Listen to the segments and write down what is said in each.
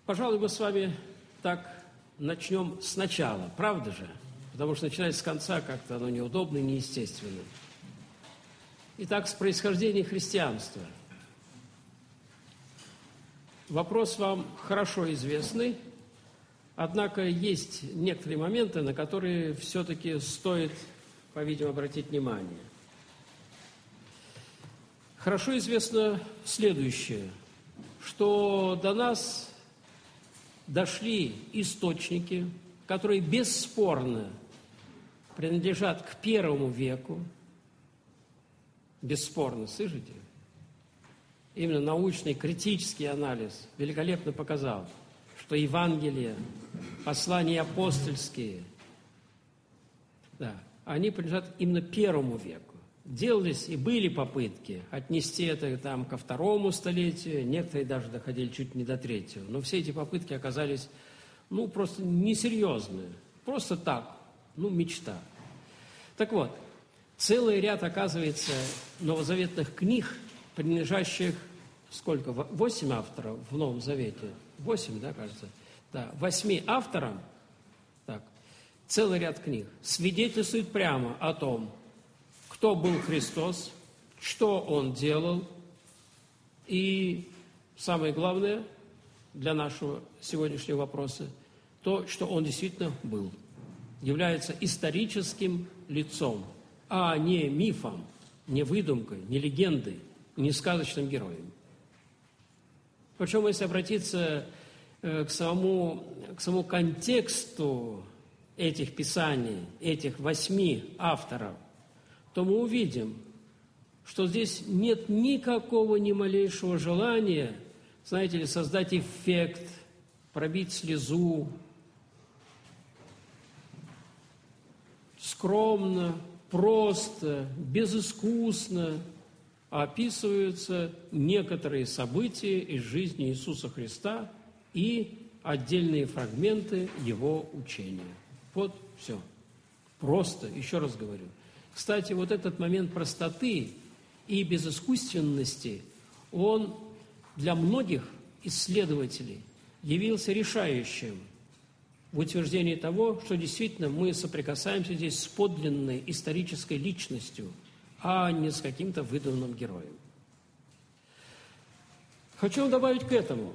Пожалуй, мы с вами так начнем сначала, правда же? Потому что начинать с конца как-то оно неудобно и неестественно. Итак, с происхождения христианства. Вопрос вам хорошо известный, однако есть некоторые моменты, на которые все-таки стоит, по-видимому, обратить внимание. Хорошо известно следующее, что до нас дошли источники, которые бесспорно принадлежат к первому веку, бесспорно, слышите? Именно научный критический анализ великолепно показал, что Евангелие, послания апостольские, они принадлежат именно первому веку. Делались и были попытки отнести это там ко второму столетию, некоторые даже доходили чуть не до третьего. Но все эти попытки оказались, просто несерьезные. Просто так, мечта. Так вот, целый ряд, оказывается, новозаветных книг, принадлежащих, 8 авторов в Новом Завете? 8, да, кажется? Да, 8 авторам, целый ряд книг свидетельствует прямо о том, кто был Христос, что Он делал, и самое главное для нашего сегодняшнего вопроса, то, что Он действительно был, является историческим лицом, а не мифом, не выдумкой, не легендой, не сказочным героем. Причем, если обратиться к самому контексту этих писаний, этих 8 авторов, то мы увидим, что здесь нет никакого ни малейшего желания, знаете ли, создать эффект, пробить слезу, скромно, просто, безыскусно описываются некоторые события из жизни Иисуса Христа и отдельные фрагменты Его учения. Вот все. Просто, еще раз говорю. Кстати, вот этот момент простоты и безыскусственности, он для многих исследователей явился решающим в утверждении того, что действительно мы соприкасаемся здесь с подлинной исторической личностью, а не с каким-то выдуманным героем. Хочу добавить к этому.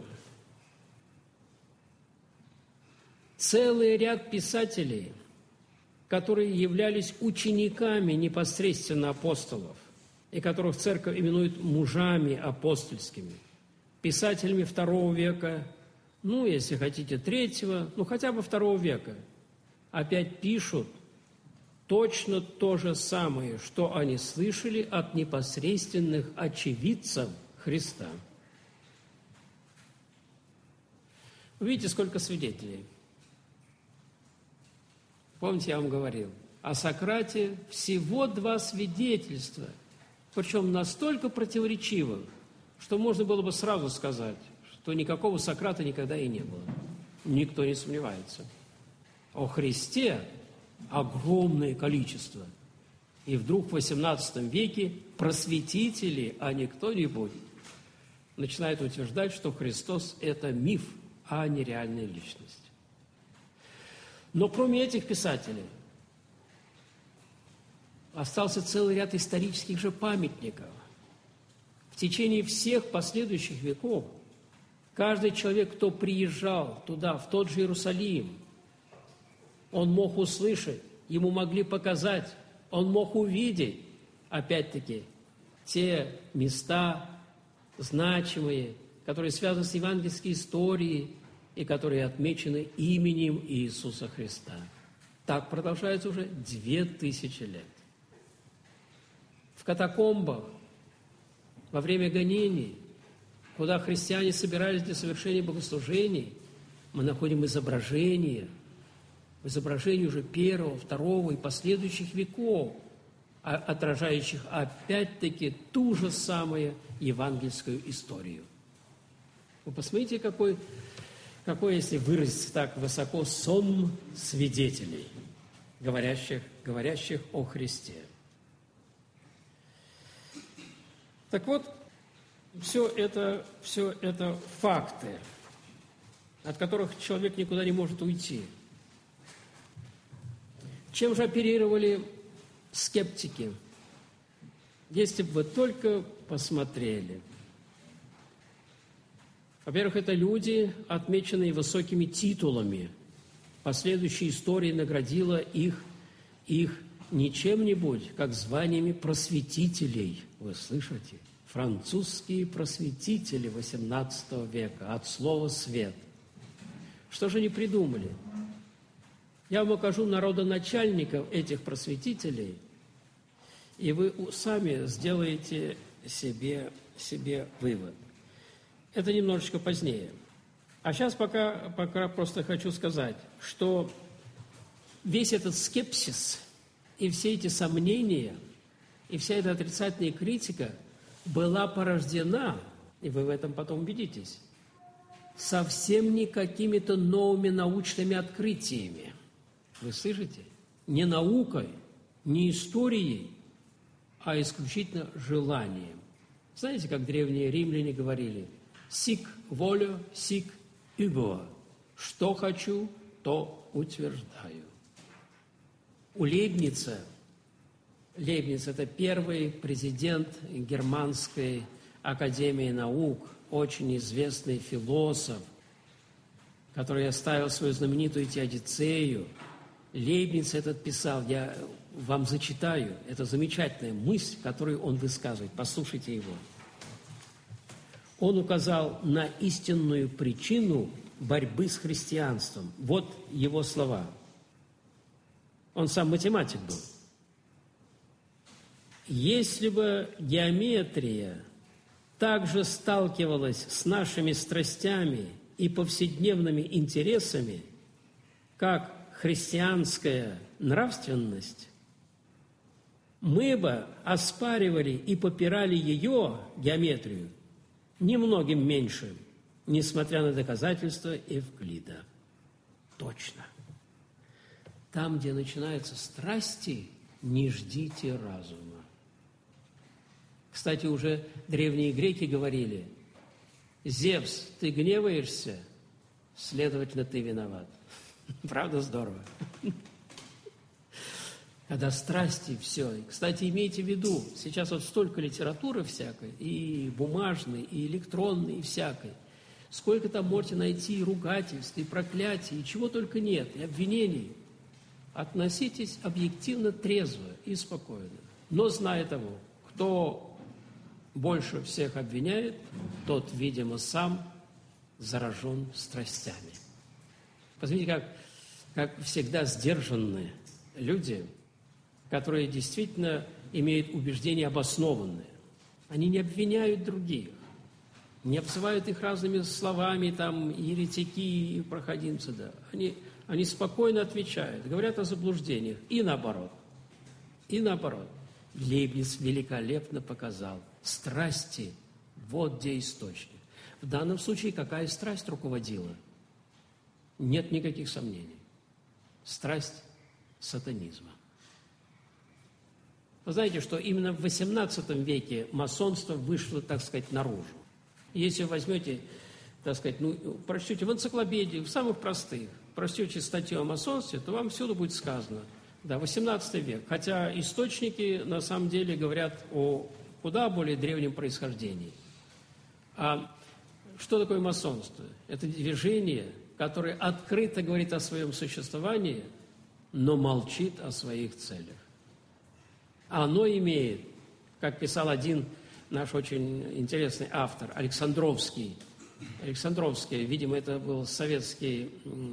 Целый ряд писателей, которые являлись учениками непосредственно апостолов, и которых церковь именует мужами апостольскими, писателями II века, если хотите, III, хотя бы II века, опять пишут точно то же самое, что они слышали от непосредственных очевидцев Христа. Видите, сколько свидетелей. Помните, я вам говорил, о Сократе всего 2 свидетельства, причем настолько противоречивых, что можно было бы сразу сказать, что никакого Сократа никогда и не было. Никто не сомневается. О Христе огромное количество. И вдруг в XVIII веке просветители, а не кто-нибудь, начинают утверждать, что Христос – это миф, а не реальная личность. Но кроме этих писателей остался целый ряд исторических же памятников. В течение всех последующих веков каждый человек, кто приезжал туда, в тот же Иерусалим, он мог услышать, ему могли показать, он мог увидеть, опять-таки, те места значимые, которые связаны с евангельской историей и которые отмечены именем Иисуса Христа. Так продолжается уже 2000 лет. В катакомбах, во время гонений, куда христиане собирались для совершения богослужений, мы находим изображения уже первого, второго и последующих веков, отражающих опять-таки ту же самую евангельскую историю. Вы посмотрите, какой, если выразиться так высоко, сон свидетелей, говорящих о Христе. Так вот, все это факты. от которых человек никуда не может уйти. Чем же оперировали скептики? Если бы вы только посмотрели. Во-первых, это люди, отмеченные высокими титулами. Последующая история наградила их не чем-нибудь, как званиями просветителей. Вы слышите? Французские просветители XVIII века, от слова «свет». Что же они придумали? Я вам укажу народоначальников этих просветителей, и вы сами сделаете себе вывод. Это немножечко позднее. А сейчас пока просто хочу сказать, что весь этот скепсис и все эти сомнения, и вся эта отрицательная критика была порождена, и вы в этом потом убедитесь, совсем не какими-то новыми научными открытиями. Вы слышите? Не наукой, не историей, а исключительно желанием. Знаете, как древние римляне говорили? «Сик волю, сик übo». Что хочу, то утверждаю. У Лейбница – это первый президент Германской академии наук, очень известный философ, который оставил свою знаменитую теодицею. Лейбниц этот писал, я вам зачитаю, это замечательная мысль, которую он высказывает, послушайте его. Он указал на истинную причину борьбы с христианством. Вот его слова. Он сам математик был. Если бы геометрия также сталкивалась с нашими страстями и повседневными интересами, как христианская нравственность, мы бы оспаривали и попирали ее, геометрию, немногим меньше, несмотря на доказательства Эвклида. Точно. Там, где начинаются страсти, не ждите разума. Кстати, уже древние греки говорили: «Зевс, ты гневаешься, следовательно, ты виноват». Правда здорово? Когда страсти, все. И, кстати, имейте в виду, сейчас вот столько литературы всякой, и бумажной, и электронной, и всякой. Сколько там можете найти и ругательств, и проклятий, и чего только нет, и обвинений. Относитесь объективно, трезво и спокойно. Но зная того, кто больше всех обвиняет, тот, видимо, сам заражен страстями. Посмотрите, как всегда сдержанные люди, которые действительно имеют убеждения обоснованные. Они не обвиняют других, не обзывают их разными словами, там, еретики и проходимцы, да. Они спокойно отвечают, говорят о заблуждениях, и наоборот. И наоборот. Лейбниц великолепно показал. Страсти – вот где источник. В данном случае какая страсть руководила? Нет никаких сомнений. Страсть сатанизма. Вы знаете, что именно в XVIII веке масонство вышло, так сказать, наружу. Если вы возьмете, так сказать, прочтете в энциклопедии, в самых простых, прочтете статью о масонстве, то вам всюду будет сказано, да, XVIII век. Хотя источники, на самом деле, говорят о куда более древнем происхождении. А что такое масонство? Это движение, которое открыто говорит о своем существовании, но молчит о своих целях. Оно имеет, как писал один наш очень интересный автор, Александровский, видимо, это был советский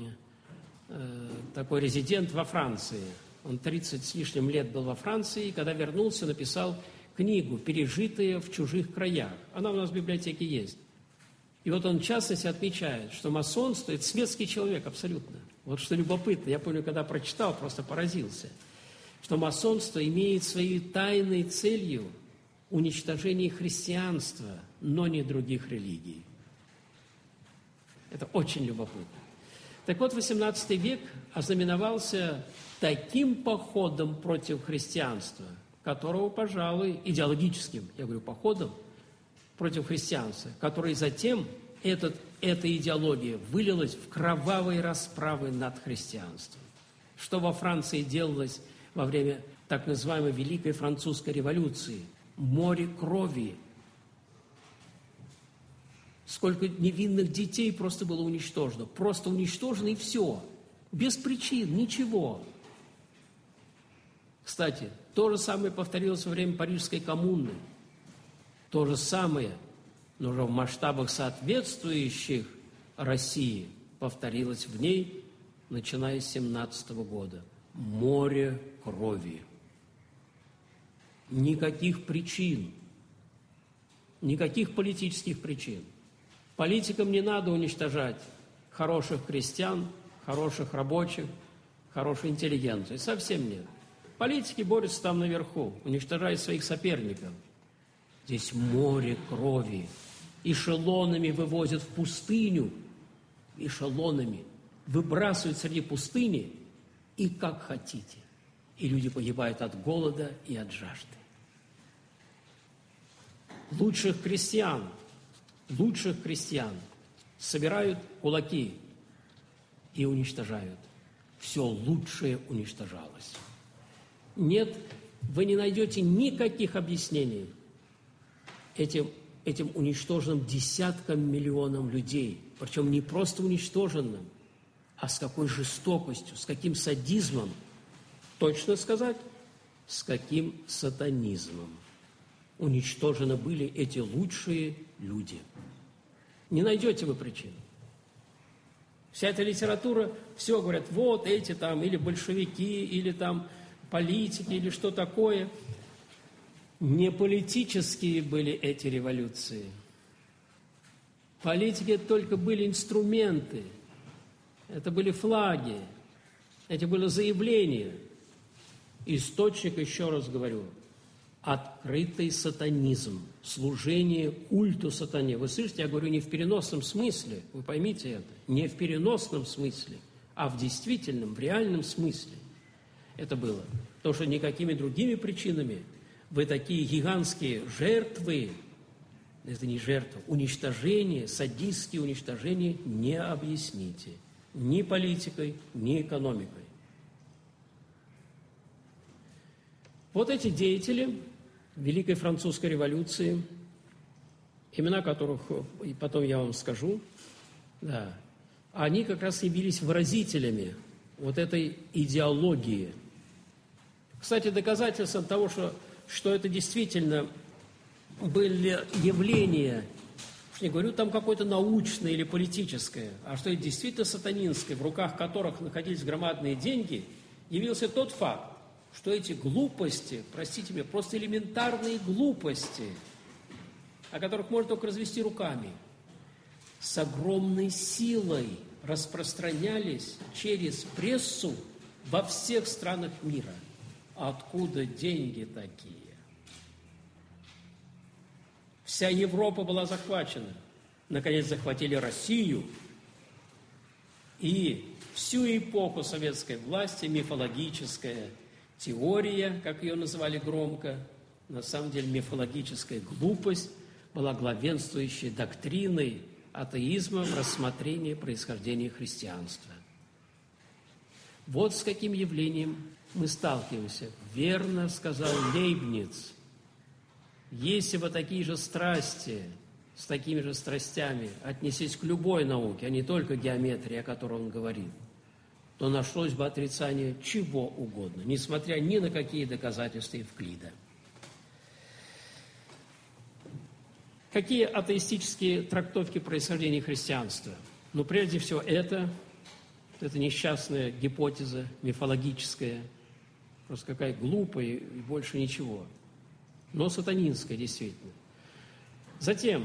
такой резидент во Франции. Он 30 с лишним лет был во Франции, и когда вернулся, написал книгу «Пережитые в чужих краях». Она у нас в библиотеке есть. И вот он, в частности, отмечает, что масонство – это светский человек абсолютно. Вот что любопытно, я помню, когда прочитал, просто поразился, что масонство имеет своей тайной целью уничтожение христианства, но не других религий. Это очень любопытно. Так вот, XVIII век ознаменовался таким походом против христианства, которого, пожалуй, идеологическим, я говорю, походом против христианства, который затем эта идеология вылилась в кровавые расправы над христианством. Что во Франции делалось во время так называемой Великой Французской революции? Море крови. Сколько невинных детей просто было уничтожено. Просто уничтожено и все. Без причин, ничего. Кстати, то же самое повторилось во время Парижской коммуны. То же самое, но уже в масштабах соответствующих России, повторилось в ней, начиная с 1917 года. Море крови. Никаких причин, никаких политических причин. Политикам не надо уничтожать хороших крестьян, хороших рабочих, хорошую интеллигенцию. Совсем нет. Политики борются там наверху, уничтожая своих соперников. Здесь море крови. Эшелонами вывозят в пустыню, эшелонами выбрасывают среди пустыни и как хотите. И люди погибают от голода и от жажды. Лучших крестьян собирают кулаки и уничтожают. Все лучшее уничтожалось. Нет, вы не найдете никаких объяснений этим уничтоженным десяткам миллионам людей. Причем не просто уничтоженным, а с какой жестокостью, с каким садизмом. Точно сказать, с каким сатанизмом уничтожены были эти лучшие люди. Не найдете вы причин. Вся эта литература, все говорят, вот эти там, или большевики, или там политики, или что такое. Не политические были эти революции. Политики только были инструменты, это были флаги, это было заявление. Источник, еще раз говорю, открытый сатанизм, служение культу сатане. Вы слышите, я говорю не в переносном смысле, вы поймите это, не в переносном смысле, а в действительном, в реальном смысле это было. Потому что никакими другими причинами вы такие гигантские жертвы, это не жертва, уничтожение, садистские уничтожения не объясните ни политикой, ни экономикой. Вот эти деятели Великой Французской революции, имена которых и потом я вам скажу, да, они как раз явились выразителями вот этой идеологии. Кстати, доказательством того, что это действительно были явления, не говорю там какое-то научное или политическое, а что это действительно сатанинское, в руках которых находились громадные деньги, явился тот факт, что эти глупости, простите меня, просто элементарные глупости, о которых можно только развести руками, с огромной силой распространялись через прессу во всех странах мира. Откуда деньги такие? Вся Европа была захвачена. Наконец захватили Россию. И всю эпоху советской власти мифологическая теория, как ее называли громко, на самом деле мифологическая глупость, была главенствующей доктриной атеизма в рассмотрении происхождения христианства. Вот с каким явлением мы сталкиваемся. Верно сказал Лейбниц. Если бы такие же страсти, с такими же страстями отнеслись к любой науке, а не только геометрии, о которой он говорит, то нашлось бы отрицание чего угодно, несмотря ни на какие доказательства Евклида. Какие атеистические трактовки происхождения христианства? Ну, прежде всего, это несчастная гипотеза мифологическая, просто какая глупая и больше ничего. Но сатанинская, действительно. Затем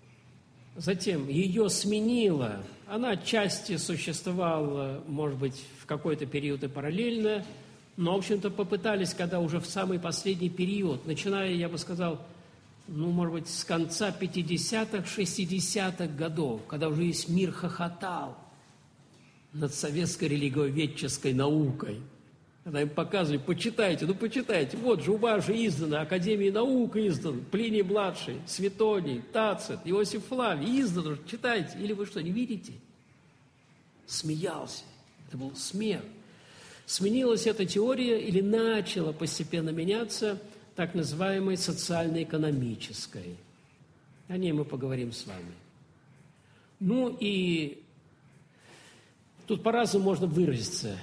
ее сменила, она отчасти существовала, может быть, в какой-то период и параллельно, но, в общем-то, попытались, когда уже в самый последний период, начиная, я бы сказал, может быть, с конца 50-х, 60-х годов, когда уже весь мир хохотал над советской религиоведческой наукой, Когда им показывали, почитайте, ну почитайте. Вот же у вас же издано, Академии наук издан, Плиний-младший, Светоний, Тацит, Иосиф Флавий, издано, читайте. Или вы что, не видите? Смеялся. Это был смех. Сменилась эта теория или начала постепенно меняться так называемой социально-экономической. О ней мы поговорим с вами. Ну и тут по-разному можно выразиться.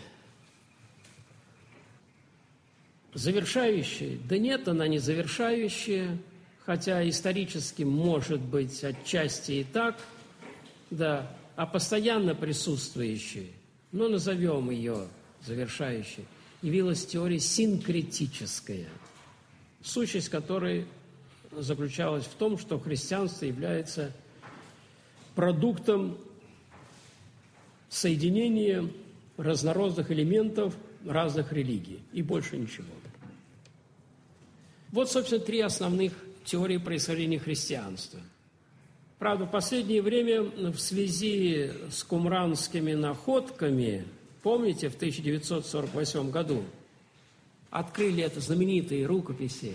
Завершающая? Да нет, она не завершающая, хотя исторически может быть отчасти и так, да, а постоянно присутствующая, но назовем ее завершающей, явилась теория синкретическая, сущность которой заключалась в том, что христианство является продуктом соединения разнородных элементов разных религий, и больше ничего. Вот, собственно, три основных теории происхождения христианства. Правда, в последнее время в связи с кумранскими находками, помните, в 1948 году открыли это знаменитые рукописи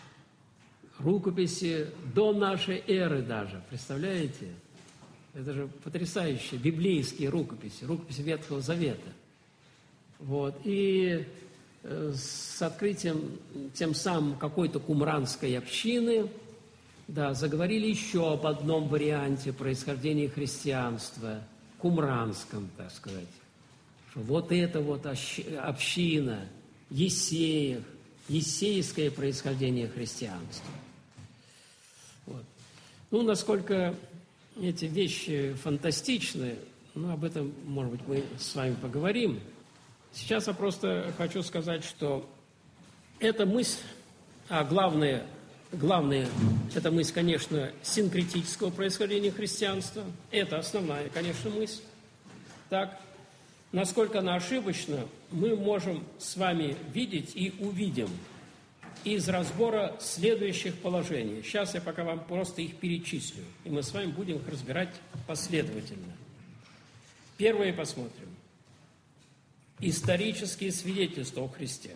до нашей эры даже, представляете? Это же потрясающие библейские рукописи Ветхого Завета. Вот. И с открытием тем самым какой-то кумранской общины, да, заговорили еще об одном варианте происхождения христианства, кумранском, так сказать. Что вот эта вот община, Есеев, есейское происхождение христианства. Вот. Ну, насколько эти вещи фантастичны, ну, об этом, может быть, мы с вами поговорим. Сейчас я просто хочу сказать, что эта мысль, главное, эта мысль, конечно, синкретического происхождения христианства, это основная, конечно, мысль. Так, насколько она ошибочна, мы можем с вами видеть и увидим из разбора следующих положений. Сейчас я пока вам просто их перечислю, и мы с вами будем их разбирать последовательно. Первое посмотрим. Исторические свидетельства о Христе.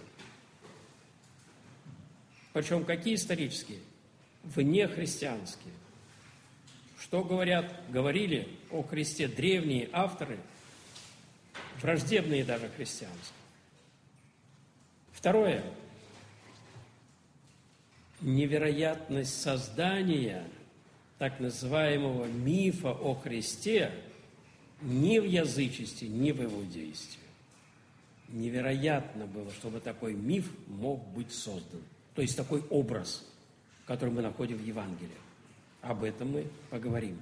Причем какие исторические? Внехристианские. Что говорили о Христе древние авторы, враждебные даже христианские. Второе. Невероятность создания так называемого мифа о Христе ни в язычестве, ни в иудействе. Невероятно было, чтобы такой миф мог быть создан. То есть такой образ, который мы находим в Евангелии. Об этом мы поговорим.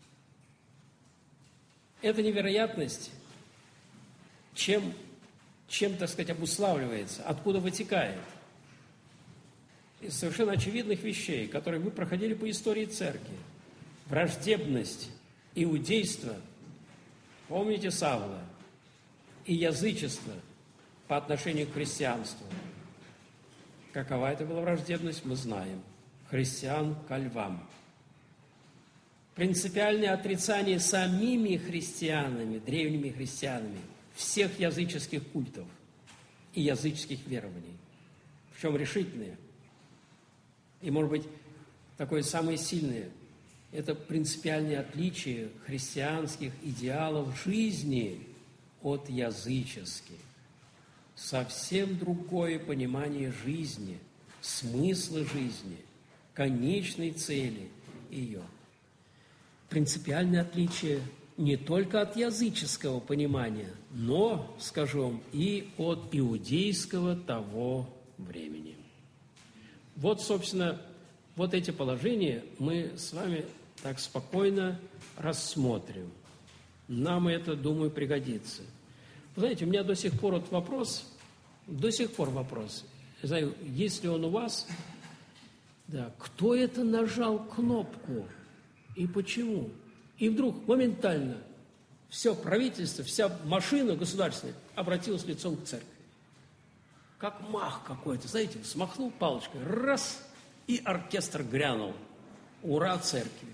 Эта невероятность чем, так сказать, обуславливается, откуда вытекает? Из совершенно очевидных вещей, которые мы проходили по истории церкви. Враждебность иудейства, помните Савла, и язычество по отношению к христианству. Какова это была враждебность, мы знаем. Христиан ко львам. Принципиальное отрицание самими христианами, древними христианами, всех языческих культов и языческих верований. Причем решительные. И, может быть, такое самое сильное – это принципиальное отличие христианских идеалов жизни от языческих. Совсем другое понимание жизни, смысла жизни, конечной цели ее. Принципиальное отличие не только от языческого понимания, но, скажу вам, и от иудейского того времени. Вот, собственно, вот эти положения мы с вами так спокойно рассмотрим. Нам это, думаю, пригодится. Вы знаете, у меня до сих пор вопрос, не знаю, есть ли он у вас, да, кто это нажал кнопку и почему? И вдруг моментально все правительство, вся машина государственная обратилась лицом к церкви. Как мах какой-то, знаете, смахнул палочкой, раз, и оркестр грянул. Ура церкви!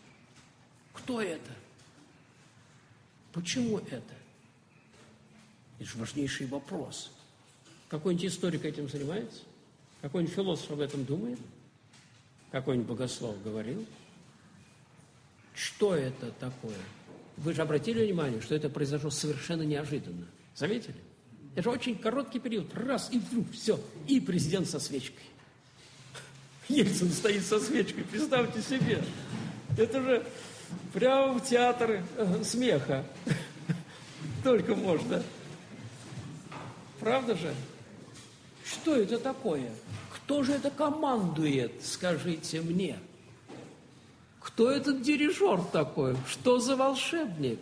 Кто это? Почему это? Это же важнейший вопрос. Какой-нибудь историк этим занимается? Какой-нибудь философ об этом думает? Какой-нибудь богослов говорил? Что это такое? Вы же обратили внимание, что это произошло совершенно неожиданно. Заметили? Это же очень короткий период. Раз, и вдруг все. И президент со свечкой. Ельцин стоит со свечкой. Представьте себе. Это же прямо в театр смеха. Только можно. Правда же? Что это такое? Кто же это командует, скажите мне? Кто этот дирижер такой? Что за волшебник?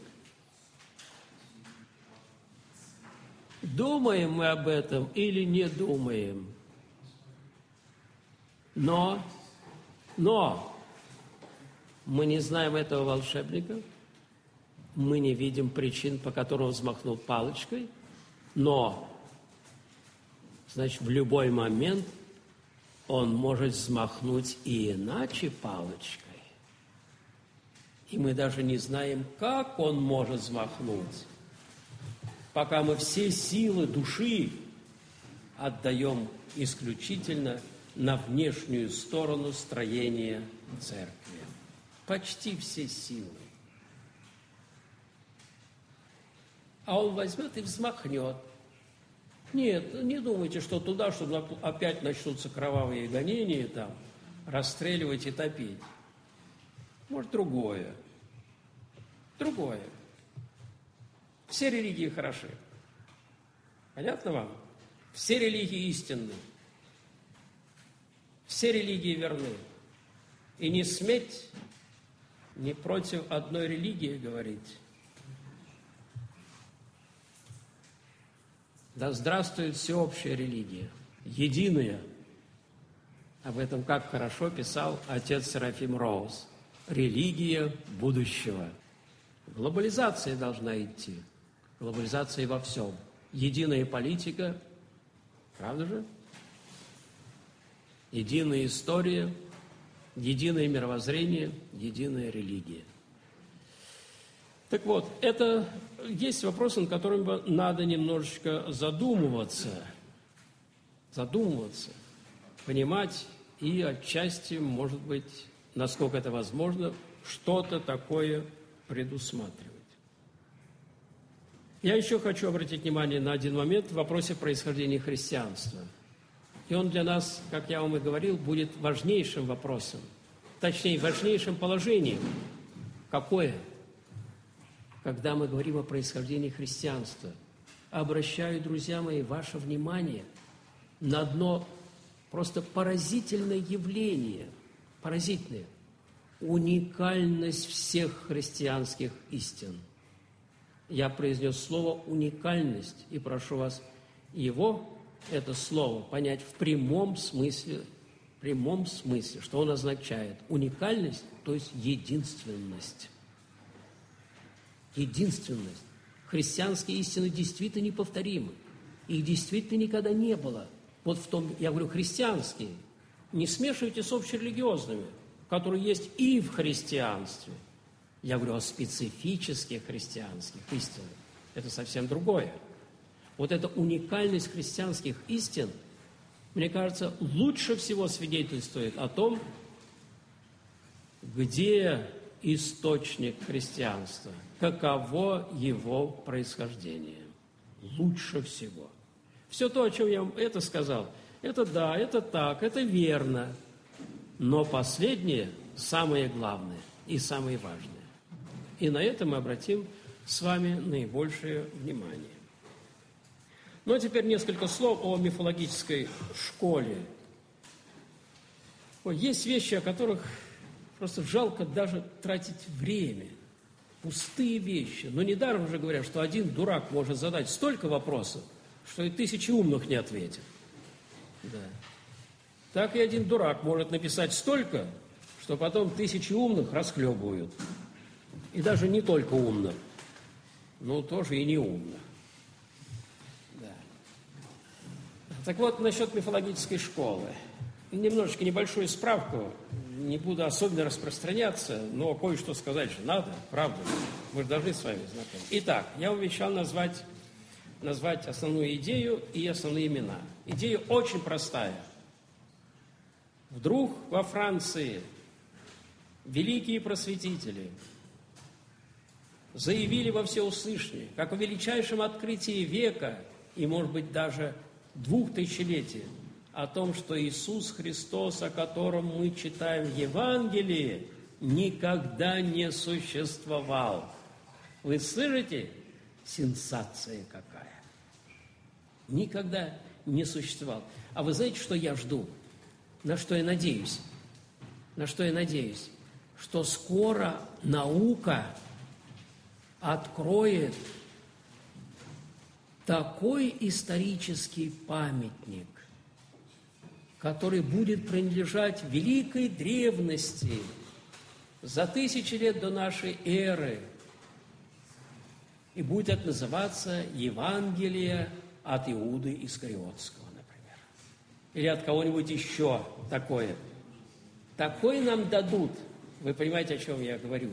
Думаем мы об этом или не думаем? Но мы не знаем этого волшебника, мы не видим причин, по которым он взмахнул палочкой, но, значит, в любой момент он может взмахнуть и иначе палочкой. И мы даже не знаем, как он может взмахнуть, пока мы все силы души отдаем исключительно на внешнюю сторону строения церкви. Почти все силы. А он возьмет и взмахнет. Нет, не думайте, что туда, что опять начнутся кровавые гонения, там, расстреливать и топить. Может, другое. Другое. Все религии хороши. Понятно вам? Все религии истинны. Все религии верны. И не сметь не против одной религии говорить. Да здравствует всеобщая религия, единая. Об этом как хорошо писал отец Серафим Роуз. Религия будущего. Глобализация должна идти. Глобализация во всем. Единая политика, правда же? Единая история, единое мировоззрение, единая религия. Так вот, это есть вопросы, над которыми надо немножечко задумываться, понимать и отчасти, может быть, насколько это возможно, что-то такое предусматривать. Я еще хочу обратить внимание на один момент в вопросе происхождения христианства. И он для нас, как я вам и говорил, будет важнейшим вопросом, точнее, важнейшим положением. Какое? Когда мы говорим о происхождении христианства, обращаю, друзья мои, ваше внимание на одно просто поразительное явление, поразительное, уникальность всех христианских истин. Я произнес слово «уникальность» и прошу вас его, это слово, понять в прямом смысле, что он означает. Уникальность, то есть единственность. Единственность. Христианские истины действительно неповторимы. Их действительно никогда не было. Вот в том, я говорю, христианские. Не смешивайте с общерелигиозными, которые есть и в христианстве. Я говорю о специфических христианских истинах. Это совсем другое. Вот эта уникальность христианских истин, мне кажется, лучше всего свидетельствует о том, где источник христианства, каково его происхождение. Лучше всего. Все то, о чем я вам это сказал, это да, это так, это верно. Но последнее самое главное и самое важное. И на это мы обратим с вами наибольшее внимание. Ну, а теперь несколько слов о мифологической школе. Есть вещи, о которых просто жалко даже тратить время. Пустые вещи. Но недаром же говорят, что один дурак может задать столько вопросов, что и 1000 умных не ответят. Да. Так и один дурак может написать столько, что потом 1000 умных расхлебывают. И даже не только умных, но тоже и не умных. Да. Так вот, насчет мифологической школы. Немножечко небольшую справку. Не буду особенно распространяться, но кое-что сказать же надо, правда? Мы же должны с вами знакомиться. Итак, я обещал назвать назвать основную идею и основные имена. Идея очень простая. Вдруг во Франции великие просветители заявили во всеуслышание, как о величайшем открытии века и, может быть, даже 2000-летия, о том, что Иисус Христос, о котором мы читаем в Евангелии, никогда не существовал. Вы слышите? Сенсация какая. Никогда не существовал. А вы знаете, что я жду? На что я надеюсь? На что я надеюсь? Что скоро наука откроет такой исторический памятник, который будет принадлежать великой древности за 1000 лет до нашей эры, и будет это называться Евангелие от Иуды Искариотского, например. Или от кого-нибудь еще такое. Такое нам дадут, вы понимаете, о чем я говорю,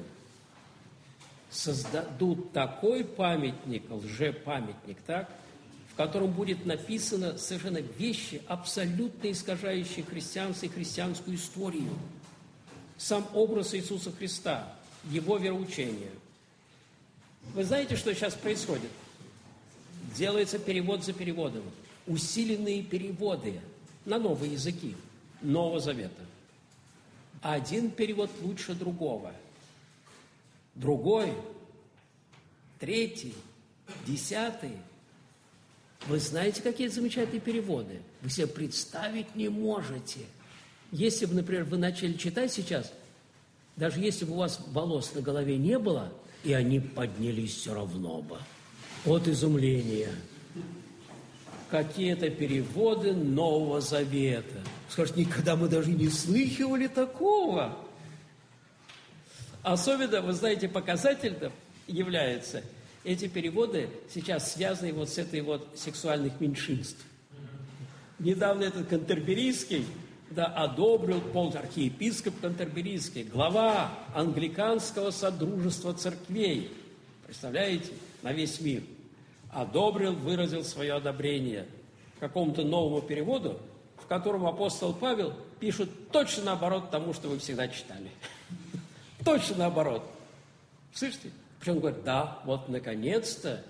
создадут такой памятник, лжепамятник, так, в котором будет написано совершенно вещи, абсолютно искажающие христианство и христианскую историю. Сам образ Иисуса Христа, Его вероучение. Вы знаете, что сейчас происходит? Делается перевод за переводом. Усиленные переводы на новые языки Нового Завета. Один перевод лучше другого. Другой, третий, 10. Вы знаете, какие замечательные переводы? Вы себе представить не можете. Если бы, например, вы начали читать сейчас, даже если бы у вас волос на голове не было, и они поднялись все равно бы. От изумления. Какие-то переводы Нового Завета. Скажете, никогда мы даже не слыхивали такого. Особенно, вы знаете, показательным является, эти переводы сейчас связаны вот с этой вот сексуальных меньшинств. Недавно этот Кантерберийский, да, одобрил архиепископ Кантерберийский, глава англиканского содружества церквей, представляете, на весь мир, одобрил, выразил свое одобрение какому-то новому переводу, в котором апостол Павел пишет точно наоборот тому, что вы всегда читали. Точно наоборот. Слышите? Причем он говорит, да, вот наконец-то,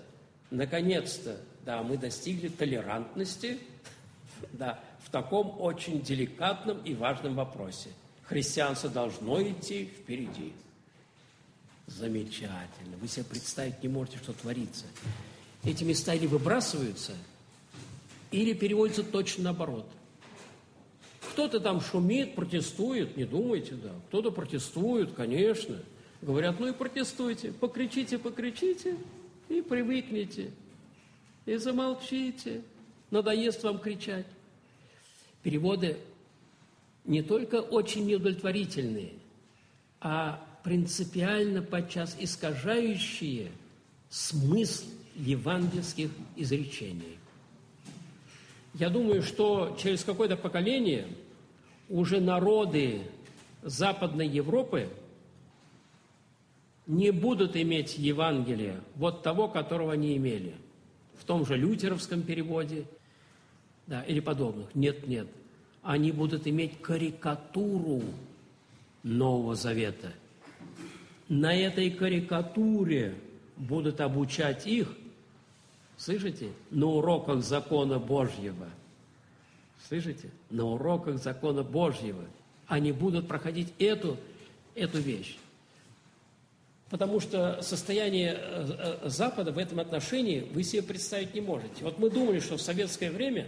да, мы достигли толерантности, да, в таком очень деликатном и важном вопросе. Христианство должно идти впереди. Замечательно. Вы себе представить не можете, что творится. Эти места или выбрасываются, или переводятся точно наоборот. Кто-то там шумит, протестует, не думайте, да. Кто-то протестует, конечно. Говорят, ну и протестуйте, покричите и привыкните, и замолчите. Надоест вам кричать. Переводы не только очень неудовлетворительные, а принципиально подчас искажающие смысл евангельских изречений. Я думаю, что через какое-то поколение уже народы Западной Европы не будут иметь Евангелия вот того, которого они имели. В том же лютеровском переводе, да, или подобных. Нет. Они будут иметь карикатуру Нового Завета. На этой карикатуре будут обучать их, слышите, на уроках закона Божьего. Слышите? На уроках закона Божьего. Они будут проходить эту вещь. Потому что состояние Запада в этом отношении вы себе представить не можете. Вот мы думали, что в советское время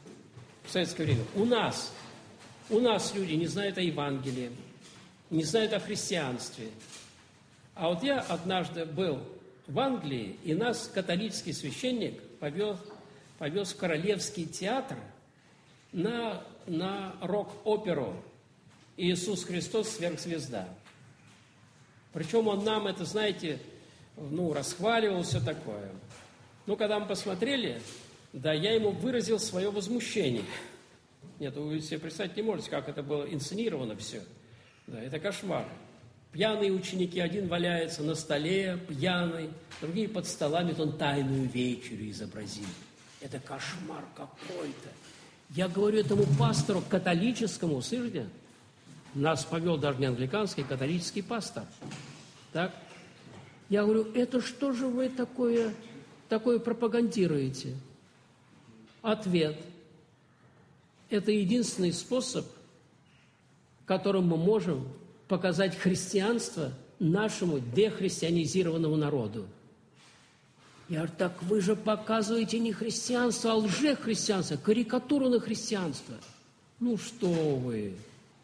у нас люди не знают о Евангелии, не знают о христианстве. А вот я однажды был в Англии, и нас католический священник повез в Королевский театр на рок-оперу «Иисус Христос, сверхзвезда». Причем он нам это, знаете, расхваливал, все такое. Но когда мы посмотрели, да, я ему выразил свое возмущение. Нет, вы себе представить не можете, как это было инсценировано все. Да, это кошмар. Пьяные ученики, один валяется на столе, пьяный, другие под столами, он тайную вечерю изобразил. Это кошмар какой-то. Я говорю этому пастору католическому, слышите? Нас повел даже не англиканский, католический пастор. Так? Я говорю, это что же вы такое пропагандируете? Ответ. Это единственный способ, которым мы можем показать христианство нашему дехристианизированному народу. Я говорю, так вы же показываете не христианство, а лжехристианство, карикатуру на христианство. Ну что вы,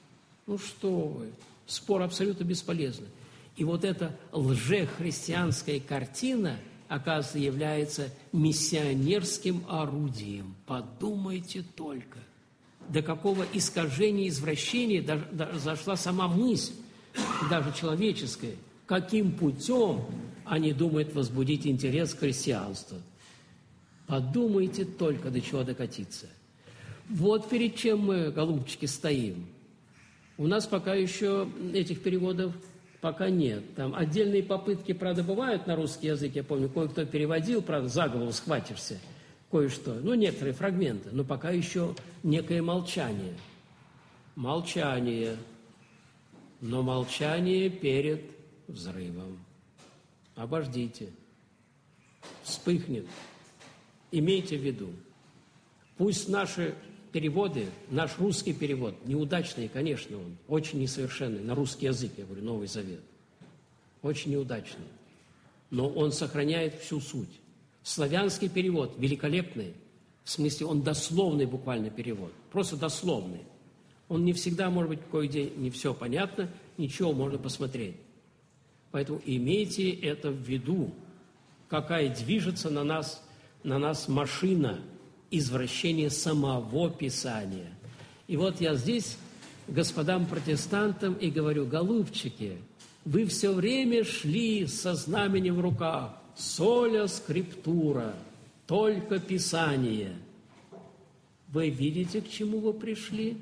спор абсолютно бесполезный. И вот эта лжехристианская картина, оказывается, является миссионерским орудием. Подумайте только, до какого искажения, извращения зашла сама мысль, даже человеческая, каким путем они думают возбудить интерес к христианству. Подумайте только, до чего докатиться. Вот перед чем мы, голубчики, стоим. У нас пока еще этих переводов пока нет. Там отдельные попытки, правда, бывают на русский язык. Я помню, кое-кто переводил, правда, за голову схватишься, кое-что. Ну, некоторые фрагменты, но пока еще некое молчание. Молчание. Но молчание перед взрывом. Обождите. Вспыхнет. Имейте в виду. Пусть наши переводы, наш русский перевод, неудачный, конечно, он, очень несовершенный, на русский язык, я говорю, Новый Завет, очень неудачный, но он сохраняет всю суть. Славянский перевод великолепный, в смысле он дословный буквально перевод, просто дословный. Он не всегда, может быть, кое-где не все понятно, ничего можно посмотреть. Поэтому имейте это в виду, какая движется на нас машина извращения самого Писания. И вот я здесь господам протестантам и говорю, голубчики, вы все время шли со знаменем в руках, соля скриптура, только Писание. Вы видите, к чему вы пришли?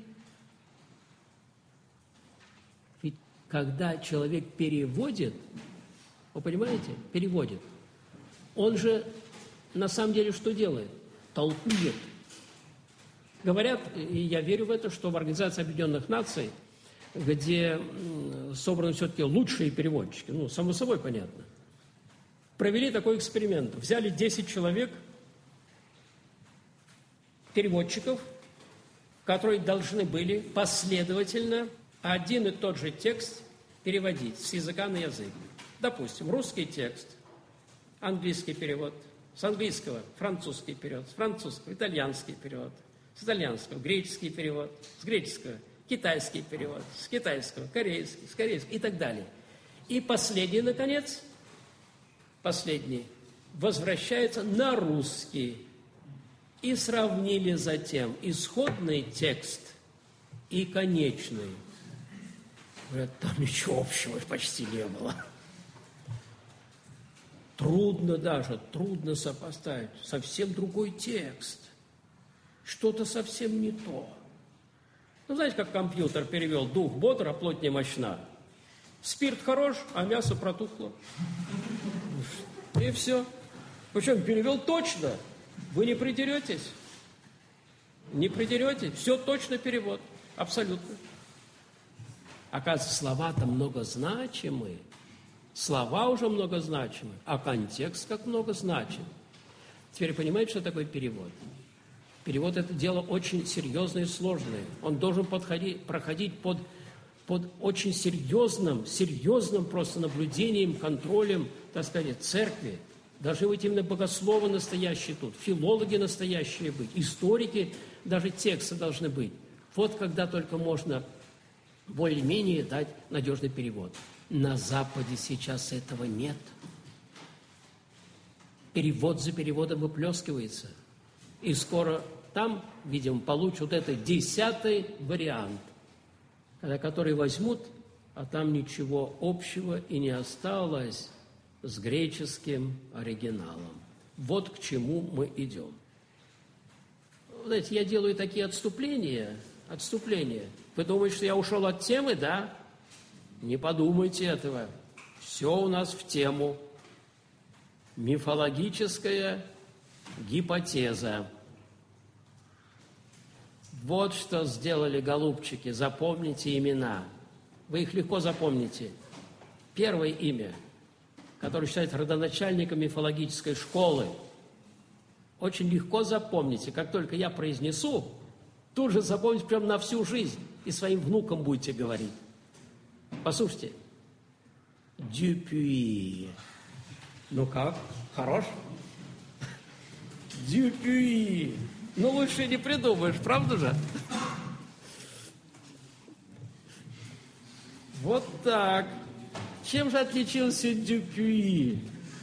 Ведь когда человек переводит, вы понимаете, переводит, он же на самом деле что делает? Толкует. Говорят, и я верю в это, что в Организации Объединенных Наций, где собраны все-таки лучшие переводчики, ну, само собой понятно, провели такой эксперимент. Взяли 10 человек, переводчиков, которые должны были последовательно один и тот же текст переводить с языка на язык. Допустим, русский текст, английский перевод, с английского французский перевод, с французского итальянский перевод, с итальянского греческий перевод, с греческого китайский перевод, с китайского корейский, с корейского и так далее. И последний, наконец, возвращается на русский. И сравнили затем исходный текст и конечный. Говорят, там ничего общего почти не было. Трудно сопоставить. Совсем другой текст. Что-то совсем не то. Ну, знаете, как компьютер перевел: дух бодр, а плоть немощна. Спирт хорош, а мясо протухло. И все. Причем перевел точно. Вы не придеретесь. Не придеретесь. Все точно перевод. Абсолютно. Оказывается, слова-то многозначимые. Слова уже многозначимы, а контекст как многозначим. Теперь понимаете, что такое перевод? Перевод – это дело очень серьезное и сложное. Он должен проходить под очень серьезным просто наблюдением, контролем, так сказать, церкви. Должны быть именно богословы настоящие тут, филологи настоящие быть, историки, даже тексты должны быть. Вот когда только можно более-менее дать надежный перевод. На Западе сейчас этого нет. Перевод за переводом выплескивается. И скоро там, видимо, получат этот 10-й вариант, который возьмут, а там ничего общего и не осталось с греческим оригиналом. Вот к чему мы идем. Знаете, я делаю такие отступления. Вы думаете, что я ушел от темы, да? Не подумайте этого. Все у нас в тему. Мифологическая гипотеза. Вот что сделали голубчики. Запомните имена. Вы их легко запомните. Первое имя, которое считается родоначальником мифологической школы, очень легко запомните. Как только я произнесу, тут же запомните прям на всю жизнь. И своим внукам будете говорить. Послушайте. Дюпюи. Ну как? Хорош? Дюпюи. Ну, лучше не придумаешь, правда же? Вот так. Чем же отличился Дюпюи?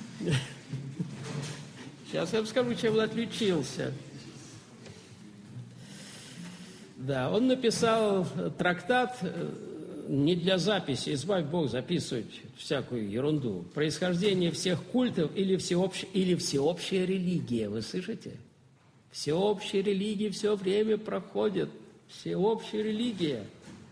Сейчас я вам скажу, чем он отличился. Да, он написал трактат не для записи, избавь Бог записывать всякую ерунду. Происхождение всех культов или всеобщая религия. Вы слышите? Всеобщая религия все время проходит. Всеобщая религия.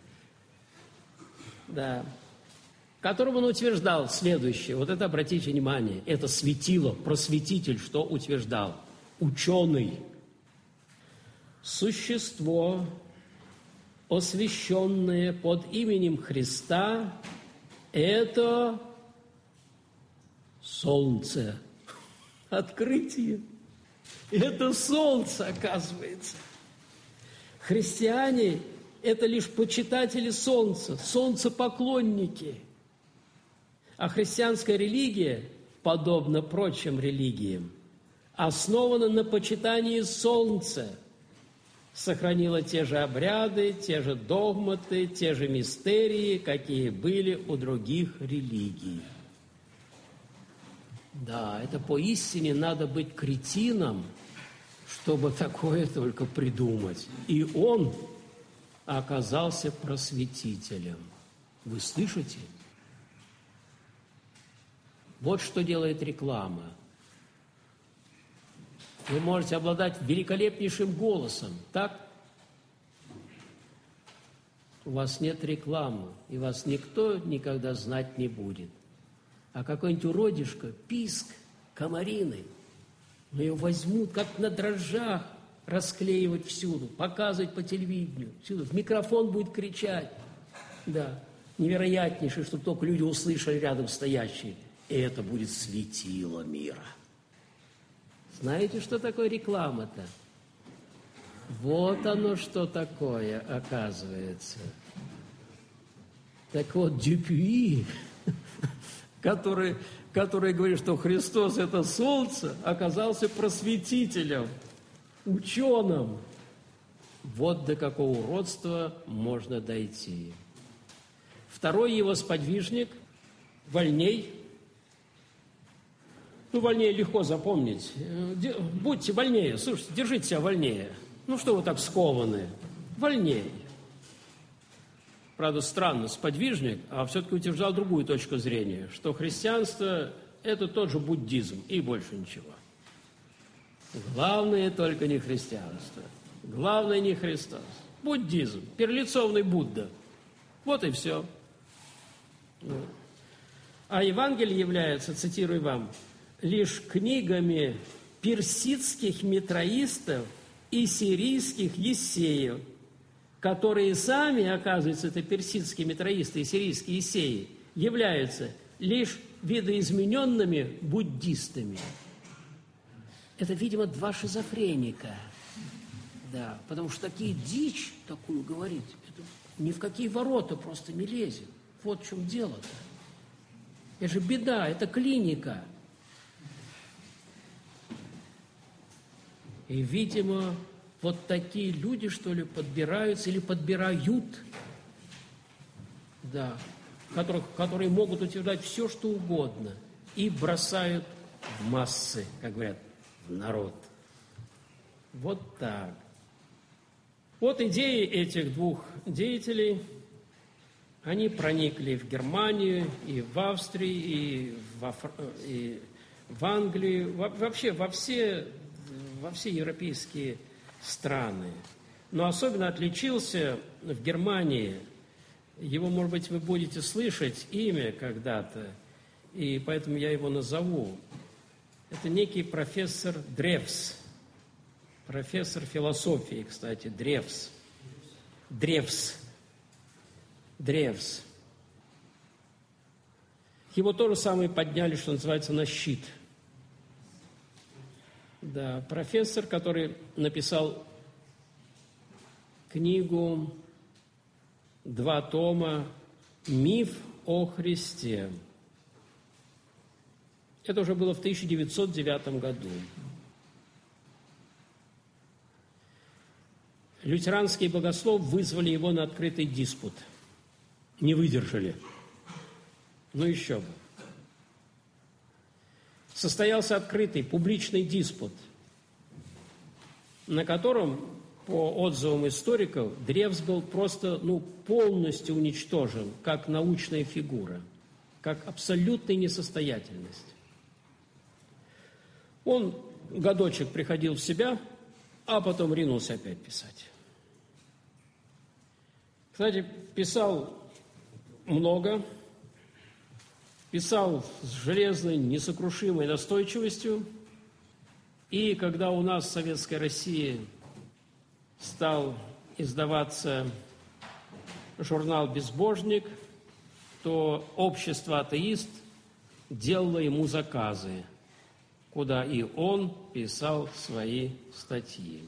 Да. Которым он утверждал следующее. Вот это обратите внимание. Это светило, просветитель, что утверждал. Ученый. Существо, освященное под именем Христа, это солнце. Открытие. Это солнце, оказывается. Христиане – это лишь почитатели солнца, солнцепоклонники. А христианская религия, подобно прочим религиям, основана на почитании солнца. Сохранила те же обряды, те же догматы, те же мистерии, какие были у других религий. Да, это поистине надо быть кретином, чтобы такое только придумать. И он оказался просветителем. Вы слышите? Вот что делает реклама. Вы можете обладать великолепнейшим голосом, так? У вас нет рекламы, и вас никто никогда знать не будет. А какой-нибудь уродишка, писк, комарины, ее возьмут, как на дрожжах, расклеивать всюду, показывать по телевидению, всюду. В микрофон будет кричать. Да, невероятнейшее, чтобы только люди услышали рядом стоящие. И это будет светило мира. Знаете, что такое реклама-то? Вот оно что такое, оказывается. Так вот, Дюпюи, который говорит, что Христос – это солнце, оказался просветителем, ученым. Вот до какого уродства можно дойти. Второй его сподвижник – Вольней. Ну, вольнее легко запомнить. Будьте вольнее, слушайте, держите себя вольнее. Ну, что вы так скованы? Вольнее. Правда, странно, сподвижник, а все-таки утверждал другую точку зрения, что христианство – это тот же буддизм, и больше ничего. Главное только не христианство. Главное не Христос. Буддизм, перелицованный Будда. Вот и все. А Евангелие является, цитирую вам, лишь книгами персидских митраистов и сирийских ессеев, которые сами, оказывается, это персидские митраисты и сирийские ессеи, являются лишь видоизмененными буддистами. Это, видимо, два шизофреника. Да, потому что такие дичь такую говорить, это ни в какие ворота просто не лезет. Вот в чем дело-то. Это же беда, это клиника. И, видимо, вот такие люди, что ли, подбираются или подбирают, да, которые могут утверждать все, что угодно, и бросают в массы, как говорят, в народ. Вот так. Вот идеи этих двух деятелей, они проникли в Германию, и в Австрию, и в Англию, вообще во все европейские страны. Но особенно отличился в Германии Его, может быть, вы будете слышать имя когда-то, и поэтому я его назову. Это некий профессор Древс, профессор философии, кстати, Древс. Его тоже самое подняли, что называется, на щит. Да, профессор, который написал книгу, 2 тома «Миф о Христе». Это уже было в 1909 году. Лютеранские богословы вызвали его на открытый диспут. Не выдержали. Ну еще бы. Состоялся открытый публичный диспут, на котором, по отзывам историков, Древс был просто полностью уничтожен как научная фигура, как абсолютная несостоятельность. Он годочек приходил в себя, а потом ринулся опять писать. Кстати, писал много, писал с железной, несокрушимой настойчивостью. И когда у нас в Советской России стал издаваться журнал «Безбожник», то общество «Атеист» делало ему заказы, куда и он писал свои статьи.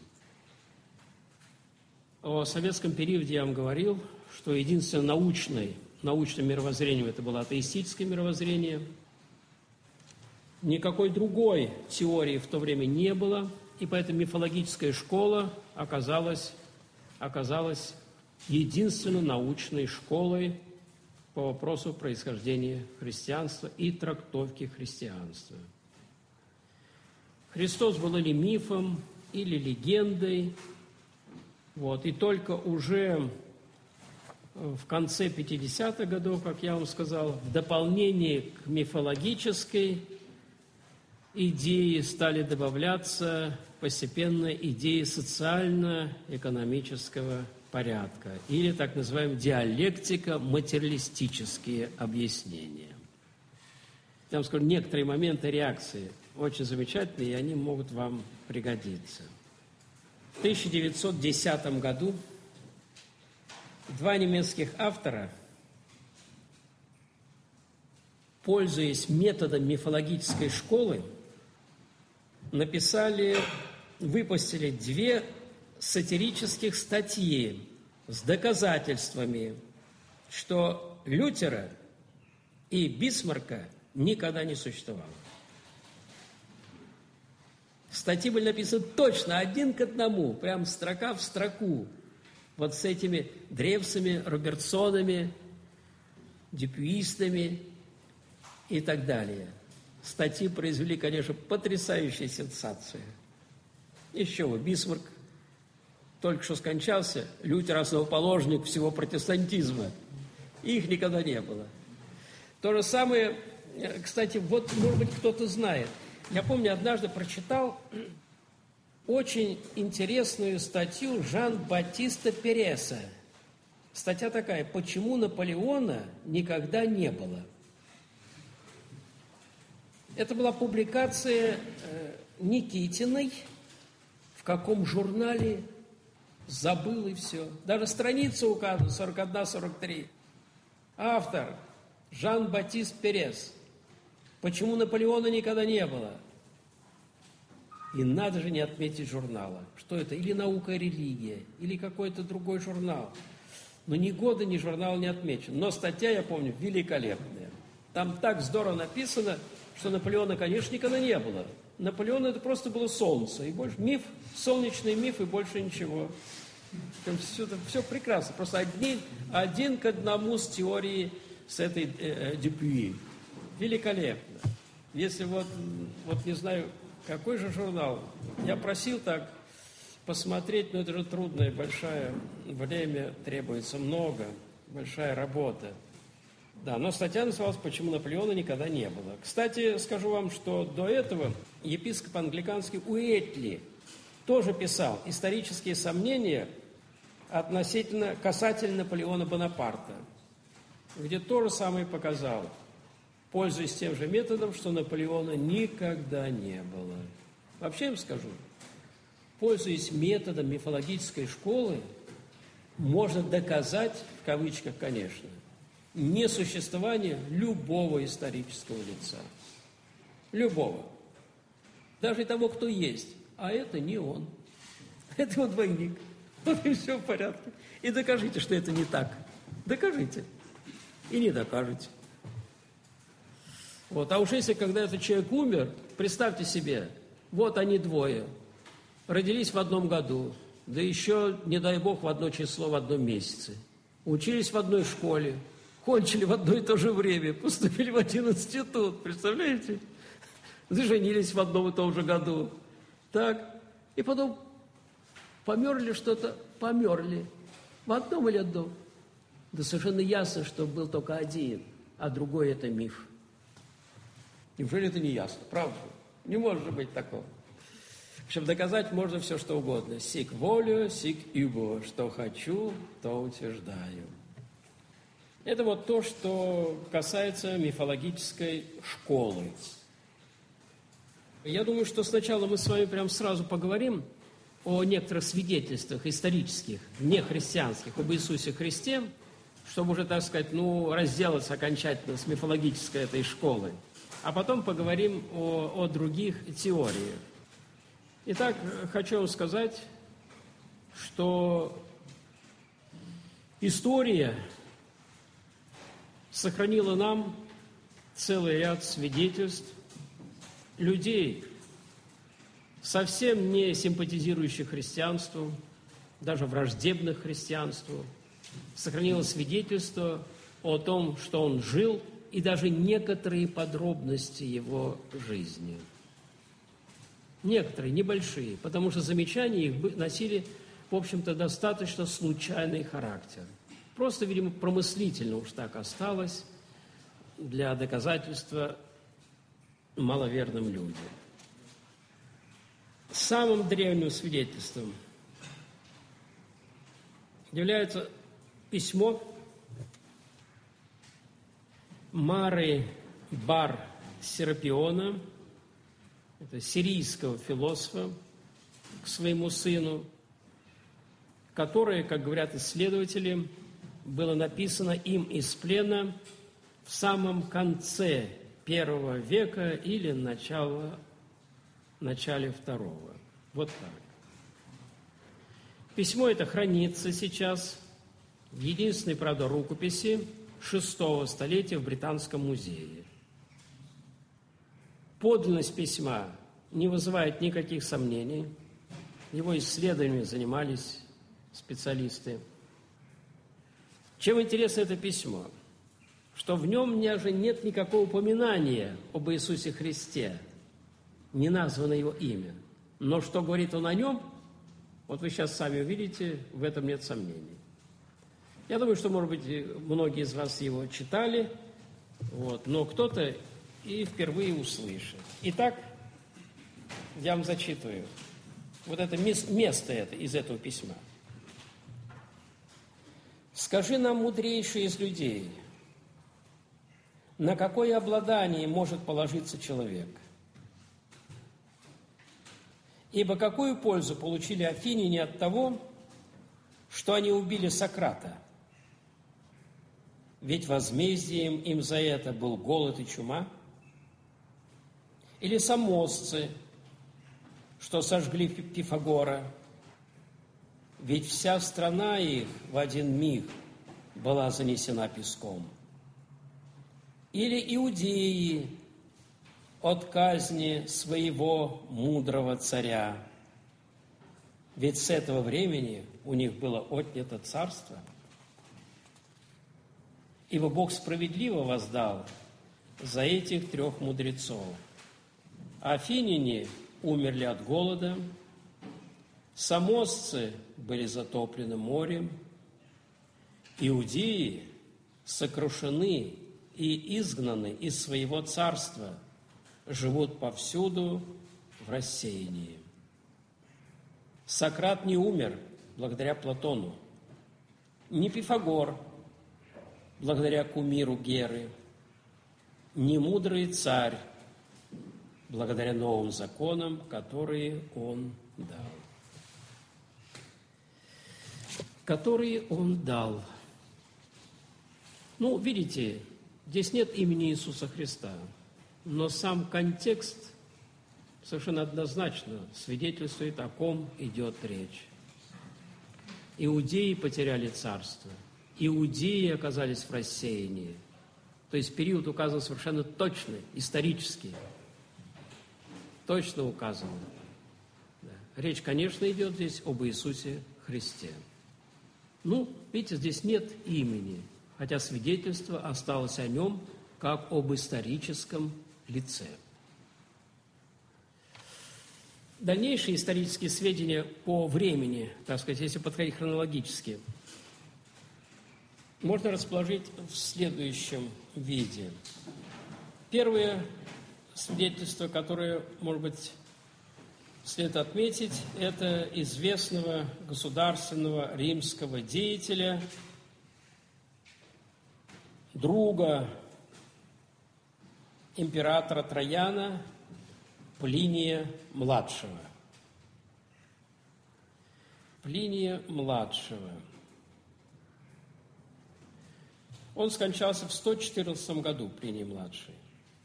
О советском периоде я вам говорил, что единственным научным мировоззрением это было атеистическое мировоззрение. Никакой другой теории в то время не было, и поэтому мифологическая школа оказалась единственной научной школой по вопросу происхождения христианства и трактовки христианства. Христос был или мифом, или легендой. И только уже в конце 50-х годов, как я вам сказал, в дополнение к мифологической идеи стали добавляться постепенно идеи социально-экономического порядка или так называемая диалектика-материалистические объяснения. Я вам скажу, некоторые моменты реакции очень замечательные, и они могут вам пригодиться. В 1910 году 2 немецких автора, пользуясь методом мифологической школы, выпустили 2 сатирических статьи с доказательствами, что Лютера и Бисмарка никогда не существовало. Статьи были написаны точно, 1 к 1, прям строка в строку. Вот с этими Древсами, Робертсонами, Дюпюистами и так далее. Статьи произвели, конечно, потрясающую сенсацию. Еще бы, Бисмарк только что скончался, Лютер – основоположник всего протестантизма. Их никогда не было. То же самое, кстати, вот, может быть, кто-то знает. Я помню, однажды прочитал очень интересную статью Жан-Батиста Переса. Статья такая: «Почему Наполеона никогда не было?». Это была публикация Никитиной. В каком журнале? Забыл и все. Даже страница указана, 41-43. Автор Жан-Батист Перес. «Почему Наполеона никогда не было?». И надо же не отметить журнала. Что это? Или «Наука и религия», или какой-то другой журнал. Но ни года, ни журнал не отмечен. Но статья, я помню, великолепная. Там так здорово написано, что Наполеона, конечно, никогда не было. Наполеон – это просто было солнце. И больше миф, солнечный миф, и больше ничего. Там все прекрасно. Просто 1 к 1 с теорией с этой Дюпюи. Великолепно. Если вот не знаю, какой же журнал. Я просил так посмотреть, но это же трудно и большое время требуется много, большая работа. Да, но статья называлась «Почему Наполеона никогда не было». Кстати, скажу вам, что до этого епископ англиканский Уэтли тоже писал исторические сомнения касательно Наполеона Бонапарта. где то же самое показал, пользуясь тем же методом, что Наполеона никогда не было. Вообще им скажу, пользуясь методом мифологической школы, можно доказать, в кавычках, конечно, несуществование любого исторического лица. Любого. Даже и того, кто есть. А это не он. Это его двойник. Вот и все в порядке. И докажите, что это не так. Докажите. И не докажете. Вот. А уж если, когда этот человек умер, представьте себе, вот они двое, родились в одном году, да еще, не дай бог, в одно число, в одном месяце. Учились в одной школе, кончили в одно и то же время, поступили в один институт, представляете? Женились в одном и том же году. Так. И потом померли что-то, померли. В одном или одном. Да совершенно ясно, что был только один, а другой это миф. Неужели это не ясно? Правда? Не может быть такого. В общем, доказать можно все, что угодно. Сик волю, сик юбо. Что хочу, то утверждаю. Это вот то, что касается мифологической школы. Я думаю, что сначала мы с вами прям сразу поговорим о некоторых свидетельствах исторических, нехристианских, об Иисусе Христе, чтобы уже, так сказать, разделаться окончательно с мифологической этой школой. А потом поговорим о других теориях. Итак, хочу вам сказать, что история сохранила нам целый ряд свидетельств людей, совсем не симпатизирующих христианству, даже враждебных христианству, сохранила свидетельство о том, что он жил, и даже некоторые подробности его жизни. Некоторые, небольшие, потому что замечания их носили, в общем-то, достаточно случайный характер. Просто, видимо, промыслительно уж так осталось для доказательства маловерным людям. Самым древним свидетельством является письмо Мары бар Серапиона, это сирийского философа, к своему сыну, которое, как говорят исследователи, было написано им из плена в самом конце I века или начале II. Вот так. Письмо это хранится сейчас в единственной, правда, рукописи VI столетия в Британском музее. Подлинность письма не вызывает никаких сомнений. Его исследованиями занимались специалисты. Чем интересно это письмо? Что в нем даже нет никакого упоминания об Иисусе Христе, не названо его имя. Но что говорит он о нем, вот вы сейчас сами увидите, в этом нет сомнений. Я думаю, что, может быть, многие из вас его читали, но кто-то и впервые услышит. Итак, я вам зачитываю вот это место из этого письма. «Скажи нам, мудрейший из людей, на какое обладание может положиться человек? Ибо какую пользу получили афиняне от того, что они убили Сократа? Ведь возмездием им за это был голод и чума. Или самосцы, что сожгли Пифагора? Ведь вся страна их в один миг была занесена песком. Или иудеи от казни своего мудрого царя. Ведь с этого времени у них было отнято царство. Ибо Бог справедливо воздал за этих 3 мудрецов. Афиняне умерли от голода, самосцы были затоплены морем, иудеи сокрушены и изгнаны из своего царства, живут повсюду в рассеянии. Сократ не умер благодаря Платону, ни Пифагор благодаря кумиру Геры, не мудрый царь, благодаря новым законам, которые он дал. Которые он дал. Ну, видите, здесь нет имени Иисуса Христа, но сам контекст совершенно однозначно свидетельствует, о ком идет речь. Иудеи потеряли царство, иудеи оказались в рассеянии. То есть период указан совершенно точно, исторически. Точно указан. Да. Речь, конечно, идет здесь об Иисусе Христе. Ну, видите, здесь нет имени, хотя свидетельство осталось о нем как об историческом лице. Дальнейшие исторические сведения по времени, так сказать, если подходить хронологически, можно расположить в следующем виде. Первое свидетельство, которое, может быть, следует отметить, это известного государственного римского деятеля, друга императора Трояна Плиния Младшего. Плиния Младшего. Он скончался в 114 году, Плиний Младший.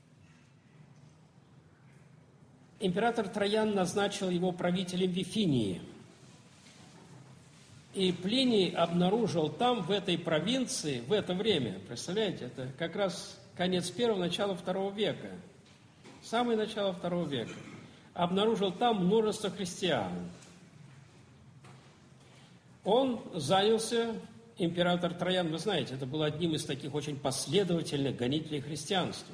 Император Троян назначил его правителем Вифинии. И Плиний обнаружил там, в этой провинции, в это время, представляете, это как раз конец первого, начало второго века, самое начало второго века, обнаружил там множество христиан. Он занялся, император Троян, вы знаете, это был одним из таких очень последовательных гонителей христианства.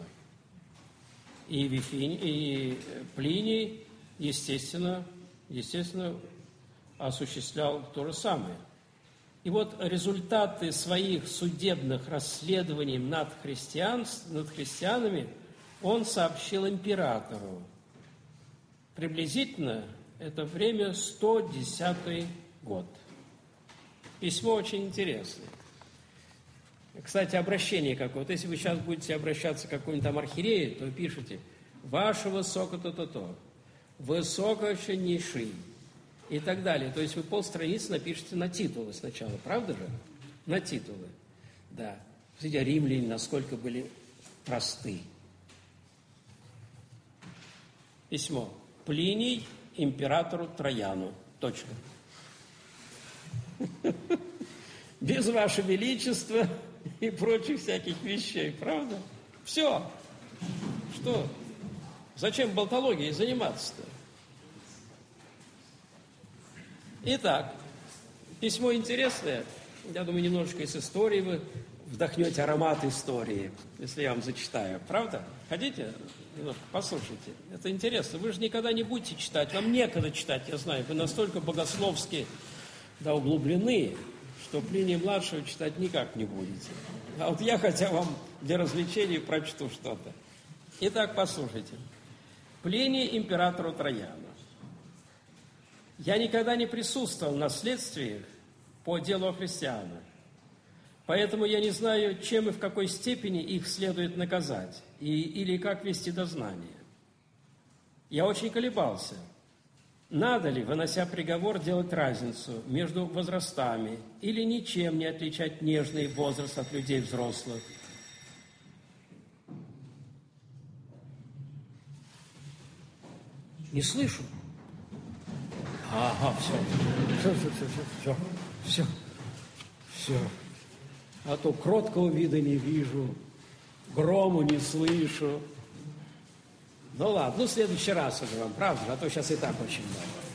И Плиний, естественно, осуществлял то же самое. И вот результаты своих судебных расследований над христианами он сообщил императору. Приблизительно это время 110 год. Письмо очень интересное. Кстати, обращение какое-то. Если вы сейчас будете обращаться к какому-нибудь там архиерею, то пишите «Ваше высоко то-то-то», «Высокочайший» и так далее. То есть вы полстраницы напишите на титулы сначала, правда же? На титулы, да. Видите, римляне насколько были просты. Письмо. Плиний императору Трояну. Точка. Без Ваше Величества и прочих всяких вещей, правда? Все. Что? Зачем болтологией заниматься-то? Итак, письмо интересное. Я думаю, немножечко из истории вы вдохнете аромат истории, если я вам зачитаю. Правда? Хотите? Немножко послушайте. Это интересно. Вы же никогда не будете читать. Вам некогда читать, я знаю. Вы настолько богословски углублены, что Плиния Младшего читать никак не будете. А вот я хотя вам для развлечения прочту что-то. Итак, послушайте. Плиний императору Трояну. Я никогда не присутствовал на следствиях по делу о христианах, поэтому я не знаю, чем и в какой степени их следует наказать, или как вести дознание. Я очень колебался. Надо ли, вынося приговор, делать разницу между возрастами или ничем не отличать нежный возраст от людей взрослых? Не слышу. Ага, все. А то кроткого вида не вижу, грому не слышу. Ну ладно, в следующий раз уже вам, правда? А то сейчас и так очень много.